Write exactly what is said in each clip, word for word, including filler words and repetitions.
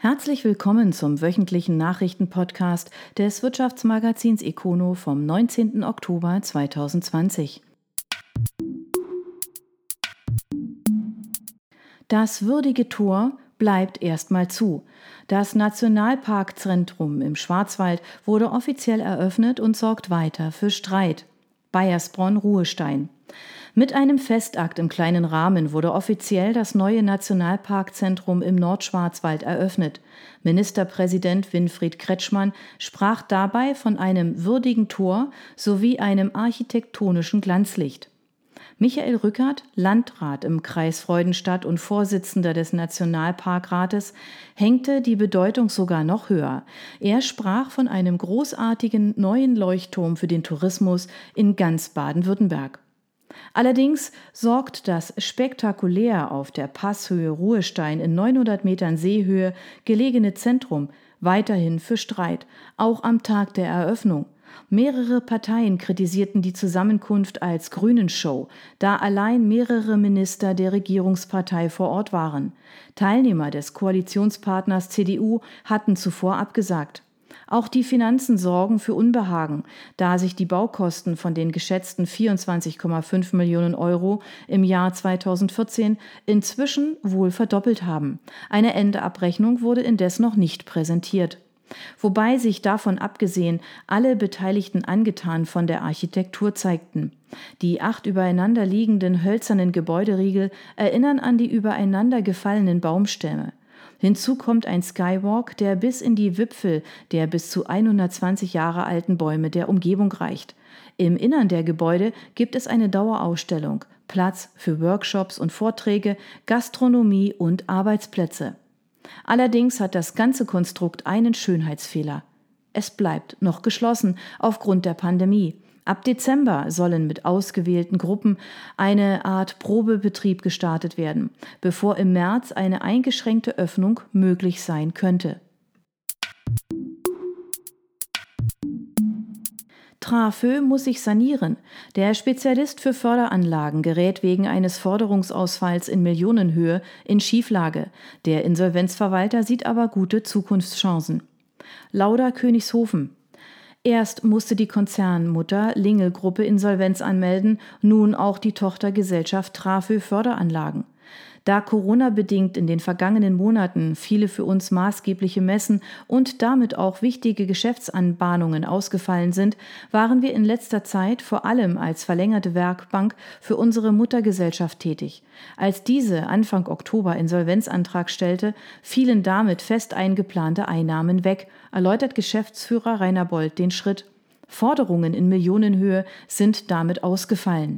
Herzlich willkommen zum wöchentlichen Nachrichtenpodcast des Wirtschaftsmagazins Econo vom neunzehnten Oktober zweitausendzwanzig. Das würdige Tor bleibt erstmal zu. Das Nationalparkzentrum im Schwarzwald wurde offiziell eröffnet und sorgt weiter für Streit. Baiersbronn-Ruhestein. Mit einem Festakt im kleinen Rahmen wurde offiziell das neue Nationalparkzentrum im Nordschwarzwald eröffnet. Ministerpräsident Winfried Kretschmann sprach dabei von einem würdigen Tor sowie einem architektonischen Glanzlicht. Michael Rückert, Landrat im Kreis Freudenstadt und Vorsitzender des Nationalparkrates, hängte die Bedeutung sogar noch höher. Er sprach von einem großartigen neuen Leuchtturm für den Tourismus in ganz Baden-Württemberg. Allerdings sorgt das spektakulär auf der Passhöhe Ruhestein in neunhundert Metern Seehöhe gelegene Zentrum weiterhin für Streit, auch am Tag der Eröffnung. Mehrere Parteien kritisierten die Zusammenkunft als Grünenshow, da allein mehrere Minister der Regierungspartei vor Ort waren. Teilnehmer des Koalitionspartners C D U hatten zuvor abgesagt. Auch die Finanzen sorgen für Unbehagen, da sich die Baukosten von den geschätzten vierundzwanzig Komma fünf Millionen Euro im Jahr zweitausendvierzehn inzwischen wohl verdoppelt haben. Eine Endabrechnung wurde indes noch nicht präsentiert. Wobei sich davon abgesehen alle Beteiligten angetan von der Architektur zeigten. Die acht übereinander liegenden hölzernen Gebäuderiegel erinnern an die übereinander gefallenen Baumstämme. Hinzu kommt ein Skywalk, der bis in die Wipfel der bis zu hundertzwanzig Jahre alten Bäume der Umgebung reicht. Im Innern der Gebäude gibt es eine Dauerausstellung, Platz für Workshops und Vorträge, Gastronomie und Arbeitsplätze. Allerdings hat das ganze Konstrukt einen Schönheitsfehler. Es bleibt noch geschlossen aufgrund der Pandemie. Ab Dezember sollen mit ausgewählten Gruppen eine Art Probebetrieb gestartet werden, bevor im März eine eingeschränkte Öffnung möglich sein könnte. Trafö muss sich sanieren. Der Spezialist für Förderanlagen gerät wegen eines Forderungsausfalls in Millionenhöhe in Schieflage. Der Insolvenzverwalter sieht aber gute Zukunftschancen. Lauda Königshofen. Erst musste die Konzernmutter Lingel Gruppe Insolvenz anmelden, nun auch die Tochtergesellschaft Trafö Förderanlagen. Da Corona-bedingt in den vergangenen Monaten viele für uns maßgebliche Messen und damit auch wichtige Geschäftsanbahnungen ausgefallen sind, waren wir in letzter Zeit vor allem als verlängerte Werkbank für unsere Muttergesellschaft tätig. Als diese Anfang Oktober Insolvenzantrag stellte, fielen damit fest eingeplante Einnahmen weg, erläutert Geschäftsführer Rainer Bold den Schritt. Forderungen in Millionenhöhe sind damit ausgefallen.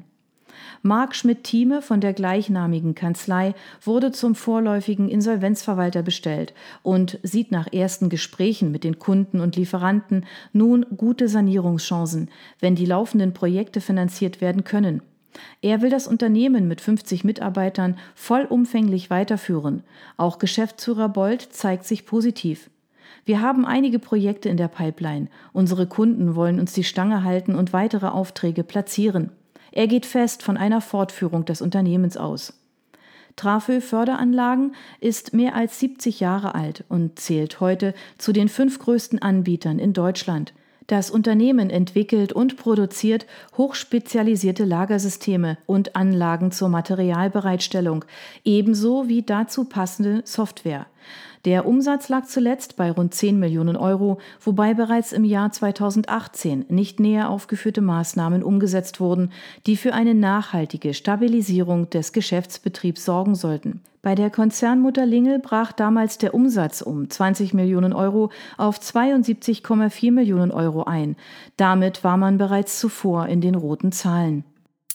Marc Schmidt-Thieme von der gleichnamigen Kanzlei wurde zum vorläufigen Insolvenzverwalter bestellt und sieht nach ersten Gesprächen mit den Kunden und Lieferanten nun gute Sanierungschancen, wenn die laufenden Projekte finanziert werden können. Er will das Unternehmen mit fünfzig Mitarbeitern vollumfänglich weiterführen. Auch Geschäftsführer Bold zeigt sich positiv. Wir haben einige Projekte in der Pipeline. Unsere Kunden wollen uns die Stange halten und weitere Aufträge platzieren. Er geht fest von einer Fortführung des Unternehmens aus. Trafö Förderanlagen ist mehr als siebzig Jahre alt und zählt heute zu den fünf größten Anbietern in Deutschland. Das Unternehmen entwickelt und produziert hochspezialisierte Lagersysteme und Anlagen zur Materialbereitstellung, ebenso wie dazu passende Software. Der Umsatz lag zuletzt bei rund zehn Millionen Euro, wobei bereits im Jahr zweitausendachtzehn nicht näher aufgeführte Maßnahmen umgesetzt wurden, die für eine nachhaltige Stabilisierung des Geschäftsbetriebs sorgen sollten. Bei der Konzernmutter Lingel brach damals der Umsatz um zwanzig Millionen Euro auf zweiundsiebzig Komma vier Millionen Euro ein. Damit war man bereits zuvor in den roten Zahlen.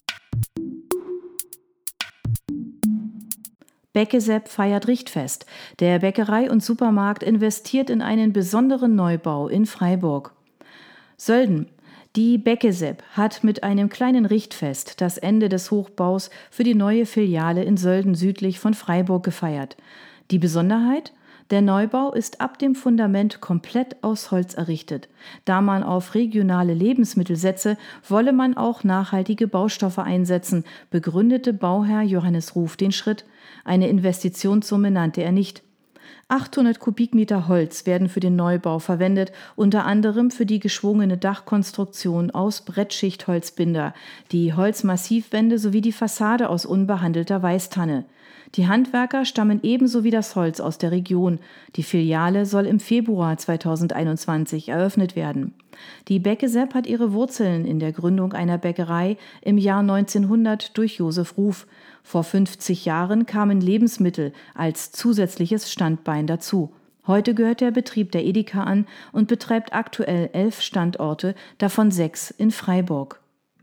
Beckesepp feiert Richtfest. Der Bäckerei- und Supermarkt investiert in einen besonderen Neubau in Freiburg. Sölden. Die Beckesepp hat mit einem kleinen Richtfest das Ende des Hochbaus für die neue Filiale in Sölden südlich von Freiburg gefeiert. Die Besonderheit? Der Neubau ist ab dem Fundament komplett aus Holz errichtet. Da man auf regionale Lebensmittel setze, wolle man auch nachhaltige Baustoffe einsetzen, begründete Bauherr Johannes Ruf den Schritt. Eine Investitionssumme nannte er nicht. achthundert Kubikmeter Holz werden für den Neubau verwendet, unter anderem für die geschwungene Dachkonstruktion aus Brettschichtholzbinder, die Holzmassivwände sowie die Fassade aus unbehandelter Weißtanne. Die Handwerker stammen ebenso wie das Holz aus der Region. Die Filiale soll im Februar zweitausendeinundzwanzig eröffnet werden. Die Bäcke Sepp hat ihre Wurzeln in der Gründung einer Bäckerei im Jahr neunzehnhundert durch Josef Ruf. Vor fünfzig Jahren kamen Lebensmittel als zusätzliches Standbein dazu. Heute gehört der Betrieb der Edeka an und betreibt aktuell elf Standorte, davon sechs in Freiburg.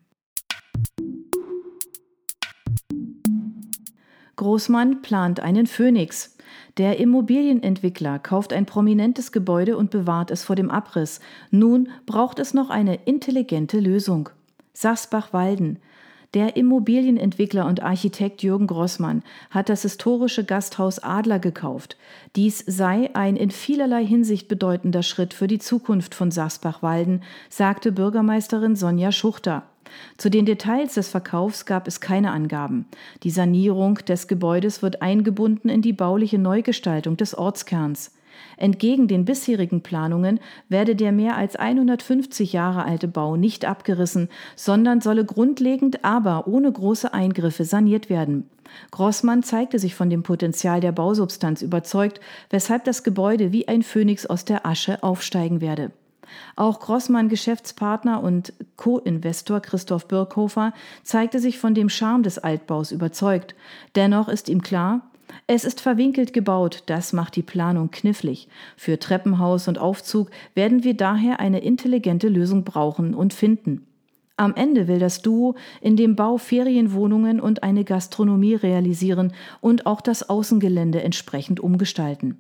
Großmann plant einen Phönix. Der Immobilienentwickler kauft ein prominentes Gebäude und bewahrt es vor dem Abriss. Nun braucht es noch eine intelligente Lösung. Sachsbach-Walden. Der Immobilienentwickler und Architekt Jürgen Großmann hat das historische Gasthaus Adler gekauft. Dies sei ein in vielerlei Hinsicht bedeutender Schritt für die Zukunft von Sachsbach-Walden, sagte Bürgermeisterin Sonja Schuchter. Zu den Details des Verkaufs gab es keine Angaben. Die Sanierung des Gebäudes wird eingebunden in die bauliche Neugestaltung des Ortskerns. Entgegen den bisherigen Planungen werde der mehr als hundertfünfzig Jahre alte Bau nicht abgerissen, sondern solle grundlegend, aber ohne große Eingriffe saniert werden. Großmann zeigte sich von dem Potenzial der Bausubstanz überzeugt, weshalb das Gebäude wie ein Phönix aus der Asche aufsteigen werde. Auch Großmann-Geschäftspartner und Co-Investor Christoph Birkhofer zeigte sich von dem Charme des Altbaus überzeugt. Dennoch ist ihm klar, es ist verwinkelt gebaut, das macht die Planung knifflig. Für Treppenhaus und Aufzug werden wir daher eine intelligente Lösung brauchen und finden. Am Ende will das Duo in dem Bau Ferienwohnungen und eine Gastronomie realisieren und auch das Außengelände entsprechend umgestalten.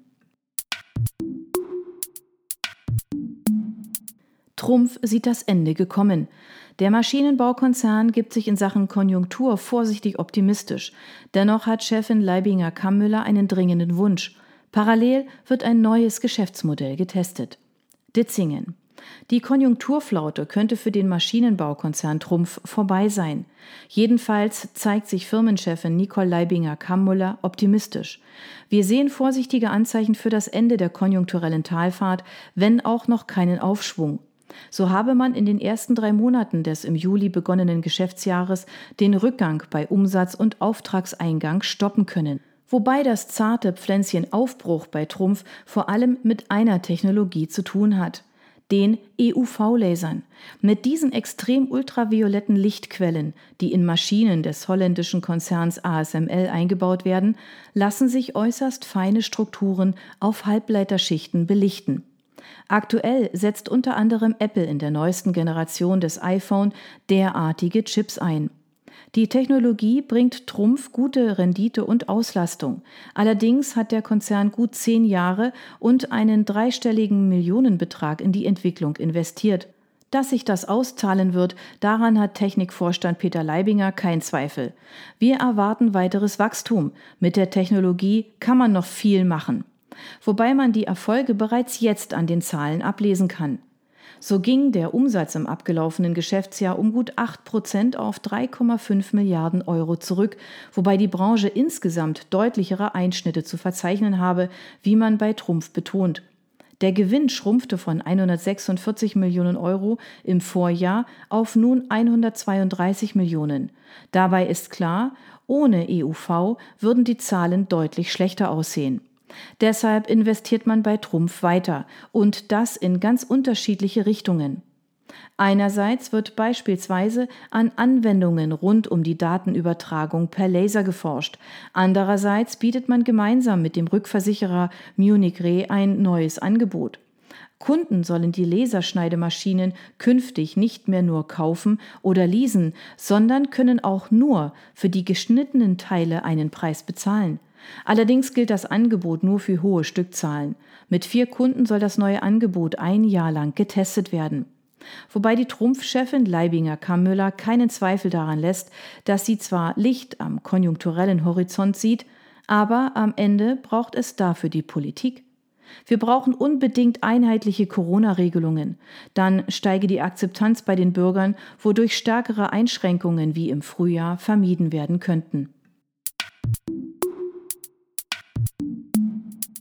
Trumpf sieht das Ende gekommen. Der Maschinenbaukonzern gibt sich in Sachen Konjunktur vorsichtig optimistisch. Dennoch hat Chefin Leibinger-Kammüller einen dringenden Wunsch. Parallel wird ein neues Geschäftsmodell getestet. Ditzingen. Die Konjunkturflaute könnte für den Maschinenbaukonzern Trumpf vorbei sein. Jedenfalls zeigt sich Firmenchefin Nicole Leibinger-Kammüller optimistisch. Wir sehen vorsichtige Anzeichen für das Ende der konjunkturellen Talfahrt, wenn auch noch keinen Aufschwung. So habe man in den ersten drei Monaten des im Juli begonnenen Geschäftsjahres den Rückgang bei Umsatz und Auftragseingang stoppen können. Wobei das zarte Pflänzchen Aufbruch bei Trumpf vor allem mit einer Technologie zu tun hat: den E U V-Lasern. Mit diesen extrem ultravioletten Lichtquellen, die in Maschinen des holländischen Konzerns A S M L eingebaut werden, lassen sich äußerst feine Strukturen auf Halbleiterschichten belichten. Aktuell setzt unter anderem Apple in der neuesten Generation des iPhone derartige Chips ein. Die Technologie bringt Trumpf gute Rendite und Auslastung. Allerdings hat der Konzern gut zehn Jahre und einen dreistelligen Millionenbetrag in die Entwicklung investiert. Dass sich das auszahlen wird, daran hat Technikvorstand Peter Leibinger keinen Zweifel. Wir erwarten weiteres Wachstum. Mit der Technologie kann man noch viel machen. Wobei man die Erfolge bereits jetzt an den Zahlen ablesen kann. So ging der Umsatz im abgelaufenen Geschäftsjahr um gut acht Prozent auf drei Komma fünf Milliarden Euro zurück, wobei die Branche insgesamt deutlichere Einschnitte zu verzeichnen habe, wie man bei Trumpf betont. Der Gewinn schrumpfte von hundertsechsundvierzig Millionen Euro im Vorjahr auf nun hundertzweiunddreißig Millionen. Dabei ist klar, ohne E U V würden die Zahlen deutlich schlechter aussehen. Deshalb investiert man bei Trumpf weiter und das in ganz unterschiedliche Richtungen. Einerseits wird beispielsweise an Anwendungen rund um die Datenübertragung per Laser geforscht. Andererseits bietet man gemeinsam mit dem Rückversicherer Munich Re ein neues Angebot. Kunden sollen die Laserschneidemaschinen künftig nicht mehr nur kaufen oder leasen, sondern können auch nur für die geschnittenen Teile einen Preis bezahlen. Allerdings gilt das Angebot nur für hohe Stückzahlen. Mit vier Kunden soll das neue Angebot ein Jahr lang getestet werden. Wobei die Trumpf-Chefin Leibinger-Kammüller keinen Zweifel daran lässt, dass sie zwar Licht am konjunkturellen Horizont sieht, aber am Ende braucht es dafür die Politik. Wir brauchen unbedingt einheitliche Corona-Regelungen. Dann steige die Akzeptanz bei den Bürgern, wodurch stärkere Einschränkungen wie im Frühjahr vermieden werden könnten.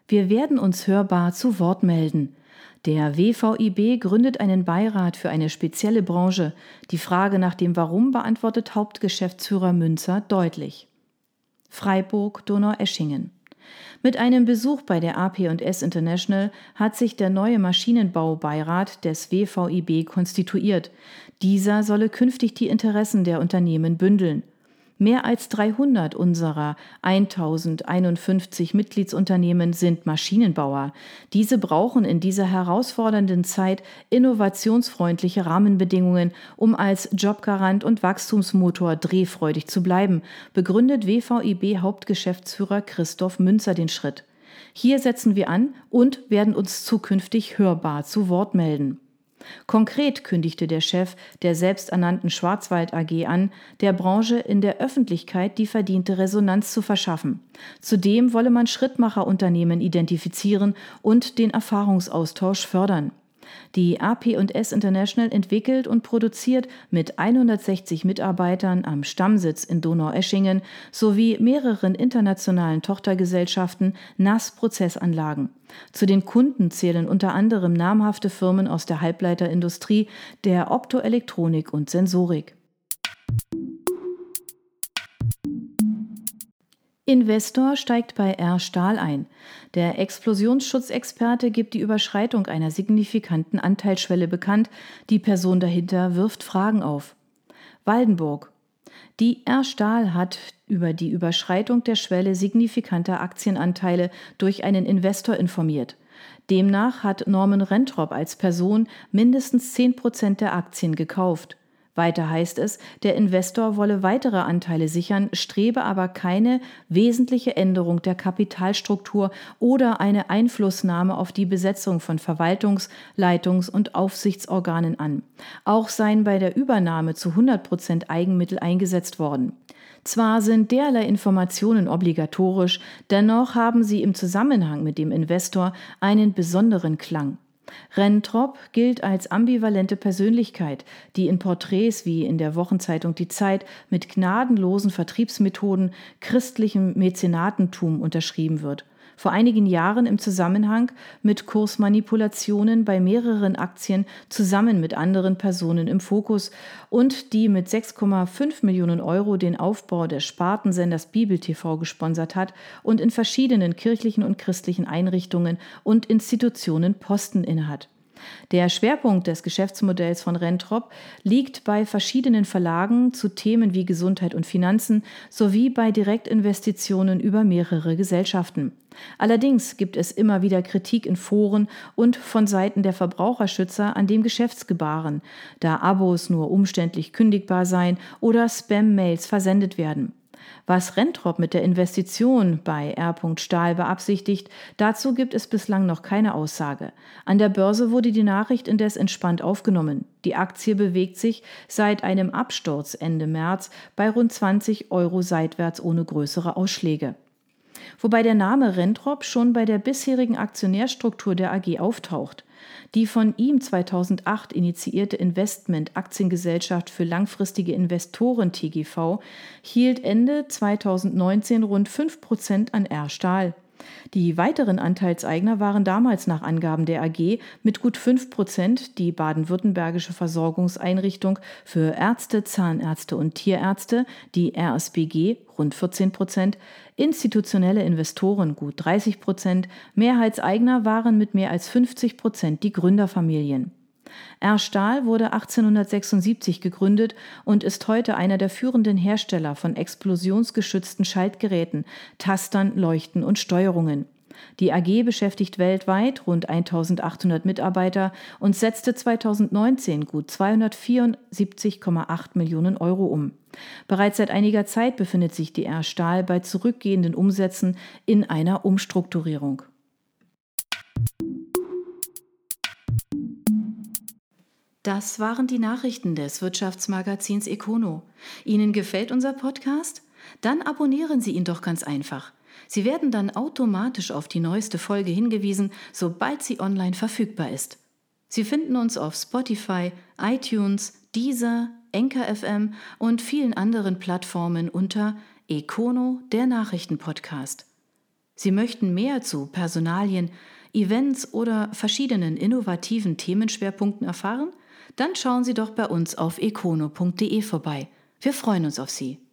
Wir werden uns hörbar zu Wort melden. Der W V I B gründet einen Beirat für eine spezielle Branche. Die Frage nach dem Warum beantwortet Hauptgeschäftsführer Münzer deutlich. Freiburg, Donaueschingen. Mit einem Besuch bei der A P und S International hat sich der neue Maschinenbaubeirat des W V I B konstituiert. Dieser solle künftig die Interessen der Unternehmen bündeln. Mehr als dreihundert unserer tausendeinundfünfzig Mitgliedsunternehmen sind Maschinenbauer. Diese brauchen in dieser herausfordernden Zeit innovationsfreundliche Rahmenbedingungen, um als Jobgarant und Wachstumsmotor drehfreudig zu bleiben, begründet W V I B-Hauptgeschäftsführer Christoph Münzer den Schritt. Hier setzen wir an und werden uns zukünftig hörbar zu Wort melden. Konkret kündigte der Chef der selbsternannten Schwarzwald A G an, der Branche in der Öffentlichkeit die verdiente Resonanz zu verschaffen. Zudem wolle man Schrittmacherunternehmen identifizieren und den Erfahrungsaustausch fördern. Die A P und S International entwickelt und produziert mit hundertsechzig Mitarbeitern am Stammsitz in Donaueschingen sowie mehreren internationalen Tochtergesellschaften N A S-Prozessanlagen. Zu den Kunden zählen unter anderem namhafte Firmen aus der Halbleiterindustrie, der Optoelektronik und Sensorik. Investor steigt bei R Stahl ein. Der Explosionsschutzexperte gibt die Überschreitung einer signifikanten Anteilsschwelle bekannt. Die Person dahinter wirft Fragen auf. Waldenburg. Die R Stahl hat über die Überschreitung der Schwelle signifikanter Aktienanteile durch einen Investor informiert. Demnach hat Norman Rentrop als Person mindestens zehn Prozent der Aktien gekauft. Weiter heißt es, der Investor wolle weitere Anteile sichern, strebe aber keine wesentliche Änderung der Kapitalstruktur oder eine Einflussnahme auf die Besetzung von Verwaltungs-, Leitungs- und Aufsichtsorganen an. Auch seien bei der Übernahme zu hundert Prozent Eigenmittel eingesetzt worden. Zwar sind derlei Informationen obligatorisch, dennoch haben sie im Zusammenhang mit dem Investor einen besonderen Klang. Rentrop gilt als ambivalente Persönlichkeit, die in Porträts wie in der Wochenzeitung Die Zeit mit gnadenlosen Vertriebsmethoden, christlichem Mäzenatentum unterschrieben wird. Vor einigen Jahren im Zusammenhang mit Kursmanipulationen bei mehreren Aktien zusammen mit anderen Personen im Fokus und die mit sechs Komma fünf Millionen Euro den Aufbau des Spartensenders Bibel T V gesponsert hat und in verschiedenen kirchlichen und christlichen Einrichtungen und Institutionen Posten innehat. Der Schwerpunkt des Geschäftsmodells von Rentrop liegt bei verschiedenen Verlagen zu Themen wie Gesundheit und Finanzen sowie bei Direktinvestitionen über mehrere Gesellschaften. Allerdings gibt es immer wieder Kritik in Foren und von Seiten der Verbraucherschützer an dem Geschäftsgebaren, da Abos nur umständlich kündigbar seien oder Spam-Mails versendet werden. Was Rentrop mit der Investition bei R. Stahl beabsichtigt, dazu gibt es bislang noch keine Aussage. An der Börse wurde die Nachricht indes entspannt aufgenommen. Die Aktie bewegt sich seit einem Absturz Ende März bei rund zwanzig Euro seitwärts ohne größere Ausschläge. Wobei der Name Rentrop schon bei der bisherigen Aktionärstruktur der A G auftaucht. Die von ihm zweitausendacht initiierte Investment-Aktiengesellschaft für langfristige Investoren T G V hielt Ende zweitausendneunzehn rund fünf Prozent an R Stahl. Die weiteren Anteilseigner waren damals nach Angaben der A G mit gut fünf Prozent die baden-württembergische Versorgungseinrichtung für Ärzte, Zahnärzte und Tierärzte, die R S B G, rund vierzehn Prozent, institutionelle Investoren gut dreißig Prozent, Mehrheitseigner waren mit mehr als fünfzig Prozent die Gründerfamilien. R Stahl wurde achtzehnhundertsechsundsiebzig gegründet und ist heute einer der führenden Hersteller von explosionsgeschützten Schaltgeräten, Tastern, Leuchten und Steuerungen. Die A G beschäftigt weltweit rund eintausendachthundert Mitarbeiter und setzte zweitausendneunzehn gut zweihundertvierundsiebzig Komma acht Millionen Euro um. Bereits seit einiger Zeit befindet sich die R Stahl bei zurückgehenden Umsätzen in einer Umstrukturierung. Das waren die Nachrichten des Wirtschaftsmagazins Econo. Ihnen gefällt unser Podcast? Dann abonnieren Sie ihn doch ganz einfach. Sie werden dann automatisch auf die neueste Folge hingewiesen, sobald sie online verfügbar ist. Sie finden uns auf Spotify, iTunes, Deezer, Anchor F M und vielen anderen Plattformen unter Econo, der Nachrichtenpodcast. Sie möchten mehr zu Personalien, Events oder verschiedenen innovativen Themenschwerpunkten erfahren? Dann schauen Sie doch bei uns auf econo punkt de vorbei. Wir freuen uns auf Sie.